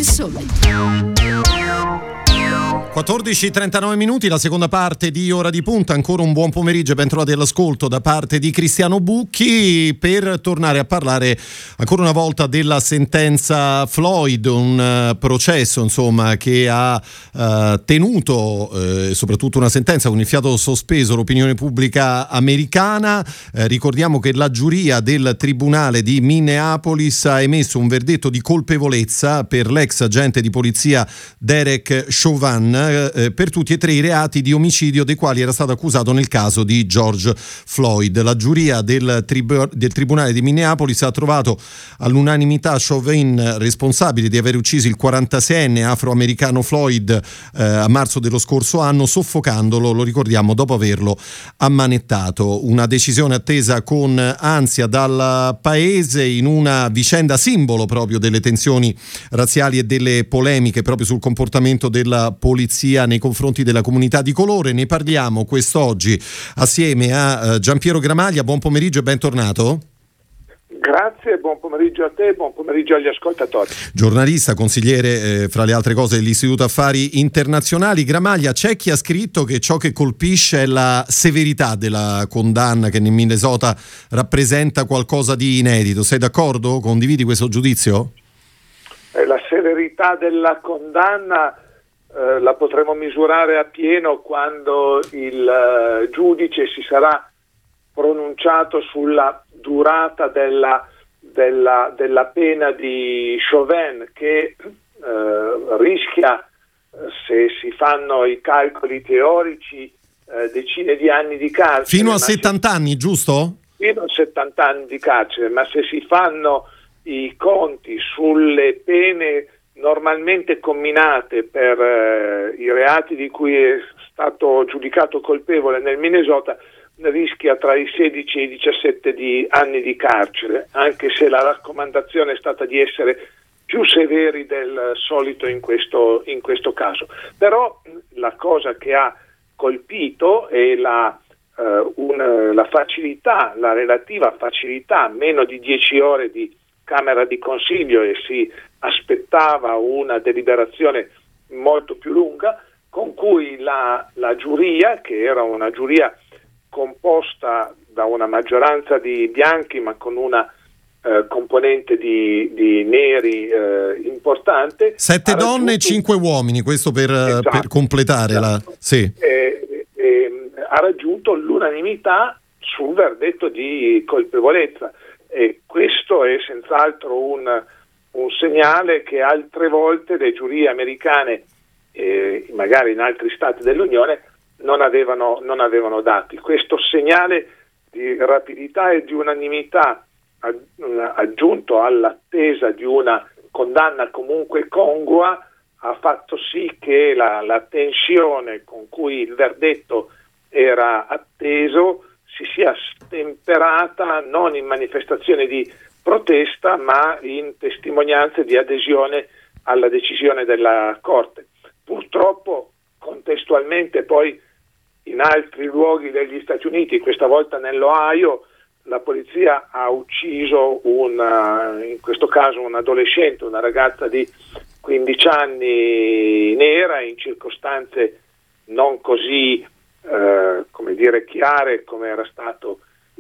del Sole. 14:39 minuti, la seconda parte di Ora di Punta. Ancora un buon pomeriggio e ben trovati all'ascolto da parte di Cristiano Bucchi per tornare a parlare ancora una volta della sentenza Floyd, un processo insomma che ha tenuto soprattutto una sentenza con il fiato sospeso l'opinione pubblica americana. Ricordiamo che la giuria del tribunale di Minneapolis ha emesso un verdetto di colpevolezza per l'ex agente di polizia Derek Chauvin per tutti e tre i reati di omicidio dei quali era stato accusato nel caso di George Floyd. La giuria del tribunale di Minneapolis ha trovato all'unanimità Chauvin responsabile di aver ucciso il 46enne afroamericano Floyd a marzo dello scorso anno, soffocandolo, lo ricordiamo, dopo averlo ammanettato. Una decisione attesa con ansia dal paese in una vicenda simbolo proprio delle tensioni razziali e delle polemiche proprio sul comportamento della polizia nei confronti della comunità di colore. Ne parliamo quest'oggi assieme a Giampiero Gramaglia. Buon pomeriggio e bentornato. Grazie, buon pomeriggio a te, buon pomeriggio agli ascoltatori. Giornalista, consigliere fra le altre cose dell'Istituto Affari Internazionali. Gramaglia, c'è chi ha scritto che ciò che colpisce è la severità della condanna, che nel Minnesota rappresenta qualcosa di inedito. Sei d'accordo? Condividi questo giudizio? La severità della condanna la potremo misurare appieno quando il giudice si sarà pronunciato sulla durata della pena di Chauvin, che rischia, se si fanno i calcoli teorici, decine di anni di carcere. Fino a 70 anni, giusto? Fino a 70 anni di carcere, ma se si fanno i conti sulle pene normalmente comminate per i reati di cui è stato giudicato colpevole nel Minnesota, rischia tra i 16 e i 17 anni di carcere, anche se la raccomandazione è stata di essere più severi del solito in questo caso. Però la cosa che ha colpito è la facilità, la relativa facilità, meno di 10 ore di Camera di Consiglio, e si aspettava una deliberazione molto più lunga, con cui la giuria, che era una giuria composta da una maggioranza di bianchi ma con una componente di neri importante. 7 donne e 5 uomini, questo per completare Sì. Ha raggiunto l'unanimità sul verdetto di colpevolezza, e questo è senz'altro un segnale che altre volte le giurie americane, magari in altri stati dell'Unione, non avevano dati. Questo segnale di rapidità e di unanimità, aggiunto all'attesa di una condanna comunque congrua, ha fatto sì che la tensione con cui il verdetto era atteso si sia stemperata non in manifestazioni di protesta ma in testimonianze di adesione alla decisione della Corte. Purtroppo contestualmente poi in altri luoghi degli Stati Uniti, questa volta nell'Ohio, la polizia ha ucciso in questo caso un adolescente, una ragazza di 15 anni nera, in circostanze non così chiare come era stato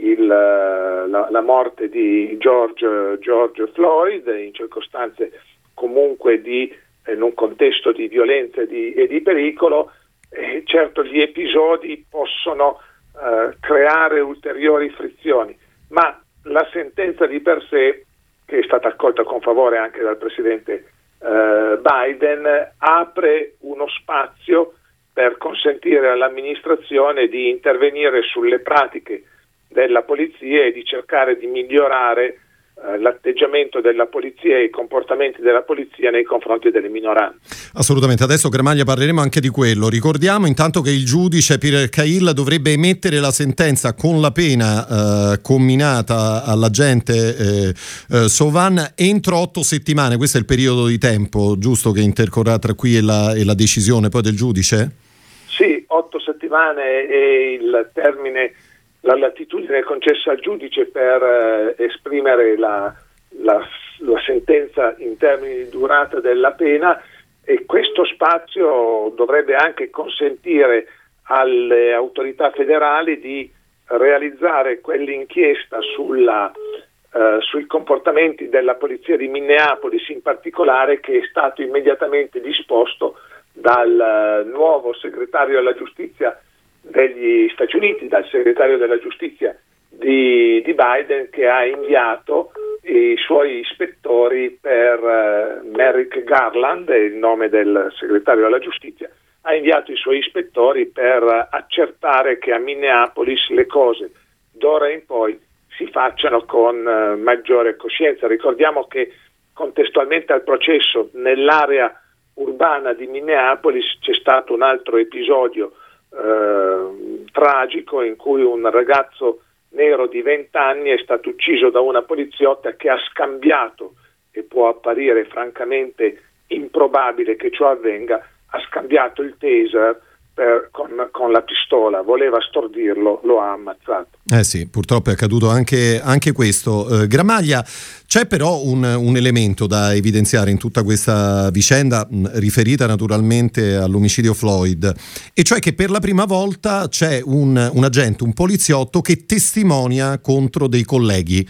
la morte di George Floyd, in circostanze comunque in un contesto di violenza e di pericolo. Certo, gli episodi possono creare ulteriori frizioni, ma la sentenza di per sé, che è stata accolta con favore anche dal presidente Biden, apre uno spazio per consentire all'amministrazione di intervenire sulle pratiche della polizia e di cercare di migliorare l'atteggiamento della polizia e i comportamenti della polizia nei confronti delle minoranze. Assolutamente, adesso Gramaglia parleremo anche di quello. Ricordiamo intanto che il giudice Peter Cahill dovrebbe emettere la sentenza con la pena comminata all'agente Chauvin entro 8 settimane. Questo è il periodo di tempo giusto che intercorrerà tra qui e la decisione poi del giudice? Sì, 8 settimane è il termine, la latitudine concessa al giudice per esprimere la la sentenza in termini di durata della pena, e questo spazio dovrebbe anche consentire alle autorità federali di realizzare quell'inchiesta sui comportamenti della polizia di Minneapolis in particolare, che è stato immediatamente disposto dal nuovo segretario della giustizia degli Stati Uniti, dal segretario della giustizia di Biden, che ha inviato i suoi ispettori per Merrick Garland, è il nome del segretario della giustizia, ha inviato i suoi ispettori per accertare che a Minneapolis le cose d'ora in poi si facciano con maggiore coscienza. Ricordiamo che contestualmente al processo nell'area urbana di Minneapolis c'è stato un altro episodio tragico in cui un ragazzo nero di 20 anni è stato ucciso da una poliziotta che ha scambiato, e può apparire francamente improbabile che ciò avvenga, ha scambiato il taser con la pistola, voleva stordirlo, lo ha ammazzato. Sì, purtroppo è accaduto anche questo. Gramaglia, c'è però un elemento da evidenziare in tutta questa vicenda, riferita naturalmente all'omicidio Floyd, e cioè che per la prima volta c'è un agente, un poliziotto che testimonia contro dei colleghi.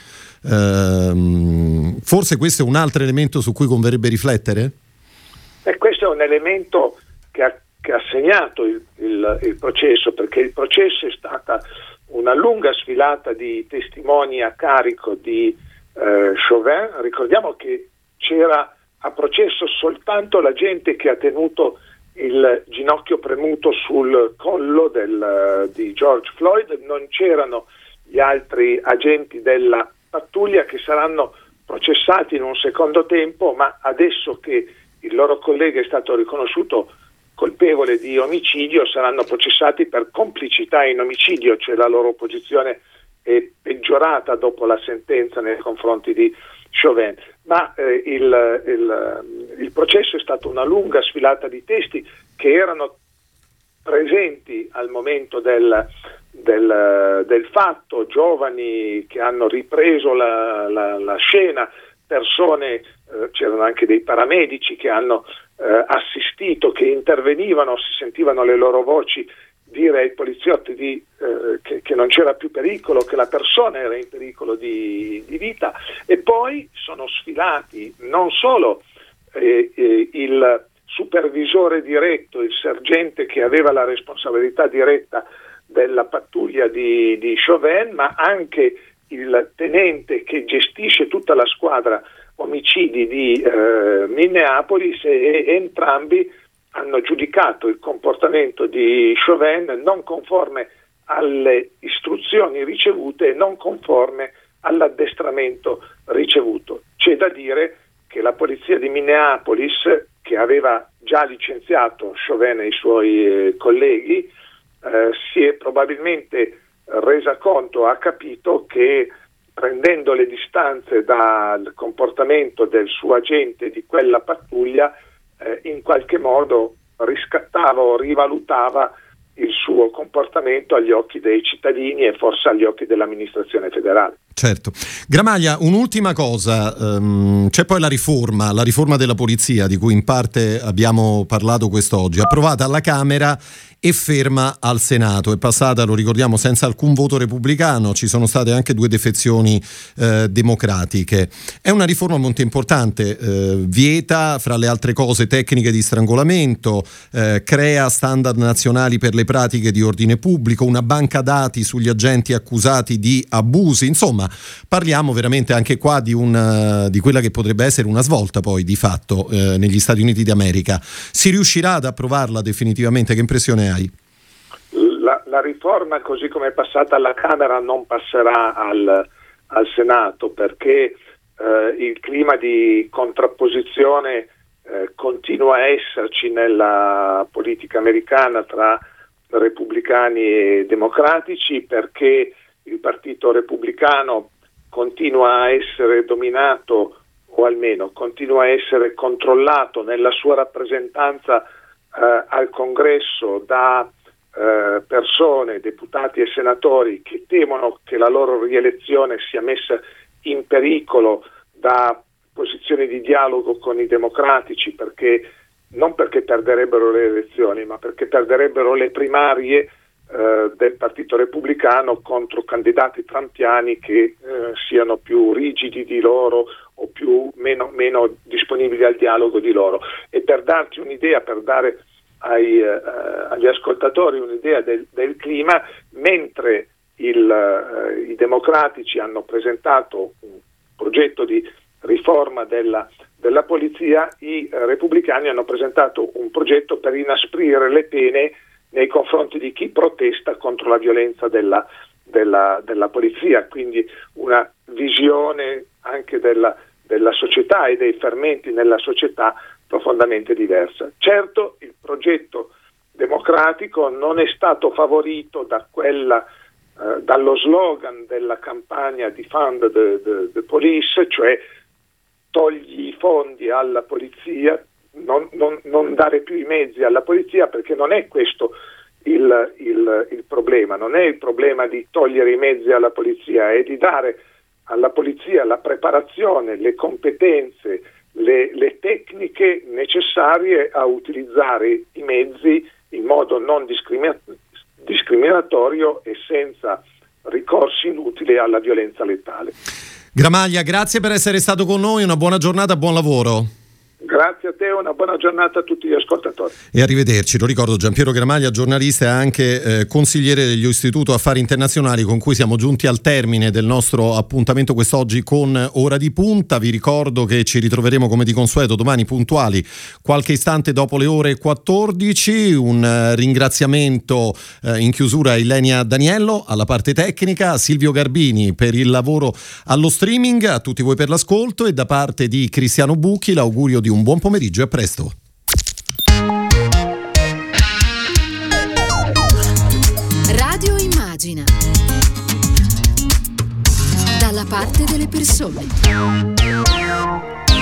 Forse questo è un altro elemento su cui converrebbe riflettere? Questo è un elemento che ha segnato il processo, perché il processo è stata una lunga sfilata di testimoni a carico di Chauvin. Ricordiamo che c'era a processo soltanto l'agente che ha tenuto il ginocchio premuto sul collo di George Floyd, non c'erano gli altri agenti della pattuglia, che saranno processati in un secondo tempo, ma adesso che il loro collega è stato riconosciuto colpevole di omicidio saranno processati per complicità in omicidio, cioè la loro posizione è peggiorata dopo la sentenza nei confronti di Chauvin. Ma il processo è stato una lunga sfilata di testi che erano presenti al momento del fatto, giovani che hanno ripreso la scena, persone, c'erano anche dei paramedici che hanno assistito, che intervenivano, si sentivano le loro voci dire ai poliziotti che non c'era più pericolo, che la persona era in pericolo di vita. E poi sono sfilati non solo il supervisore diretto, il sergente che aveva la responsabilità diretta della pattuglia di Chauvin, ma anche il tenente che gestisce tutta la squadra omicidi di Minneapolis, e entrambi hanno giudicato il comportamento di Chauvin non conforme alle istruzioni ricevute e non conforme all'addestramento ricevuto. C'è da dire che la polizia di Minneapolis, che aveva già licenziato Chauvin e i suoi colleghi, si è probabilmente resa conto, ha capito che prendendo le distanze dal comportamento del suo agente di quella pattuglia, in qualche modo riscattava o rivalutava il suo comportamento agli occhi dei cittadini e forse agli occhi dell'amministrazione federale. Certo. Gramaglia, un'ultima cosa, c'è poi la riforma della polizia di cui in parte abbiamo parlato quest'oggi, approvata alla Camera e ferma al Senato. È passata, lo ricordiamo, senza alcun voto repubblicano, ci sono state anche 2 defezioni democratiche. È una riforma molto importante, vieta fra le altre cose tecniche di strangolamento, crea standard nazionali per le pratiche di ordine pubblico, una banca dati sugli agenti accusati di abusi. Insomma, parliamo veramente anche qua di quella che potrebbe essere una svolta poi di fatto negli Stati Uniti d'America. Si riuscirà ad approvarla definitivamente? Che impressione hai? La riforma, così come è passata alla Camera, non passerà al Senato, perché il clima di contrapposizione continua a esserci nella politica americana tra repubblicani e democratici, perché il partito repubblicano continua a essere dominato, o almeno continua a essere controllato nella sua rappresentanza al Congresso da persone, deputati e senatori che temono che la loro rielezione sia messa in pericolo da posizioni di dialogo con i democratici, non perché perderebbero le elezioni, ma perché perderebbero le primarie del Partito Repubblicano contro candidati trumpiani che siano più rigidi di loro o meno disponibili al dialogo di loro. E per darti un'idea, per dare agli ascoltatori un'idea del clima, mentre i democratici hanno presentato un progetto di riforma della polizia, i repubblicani hanno presentato un progetto per inasprire le pene nei confronti di chi protesta contro la violenza della polizia, quindi una visione anche della società e dei fermenti nella società profondamente diversa. Certo, il progetto democratico non è stato favorito dallo slogan della campagna Defund the Police, cioè togli i fondi alla polizia, non dare più i mezzi alla polizia, perché non è questo il problema, non è il problema di togliere i mezzi alla polizia, è di dare alla polizia la preparazione, le competenze, le tecniche necessarie a utilizzare i mezzi in modo non discriminatorio e senza ricorsi inutili alla violenza letale. Gramaglia, grazie per essere stato con noi, una buona giornata, buon lavoro. Grazie a te, una buona giornata a tutti gli ascoltatori. E arrivederci. Lo ricordo, Giampiero Gramaglia, giornalista e anche consigliere dell'Istituto Affari Internazionali, con cui siamo giunti al termine del nostro appuntamento quest'oggi con Ora di Punta. Vi ricordo che ci ritroveremo come di consueto domani puntuali, qualche istante dopo le ore 14. Un ringraziamento in chiusura a Ilenia Daniello alla parte tecnica, a Silvio Garbini per il lavoro allo streaming, a tutti voi per l'ascolto, e da parte di Cristiano Bucchi l'augurio di un buon pomeriggio e a presto. Radio Immagina. Dalla parte delle persone.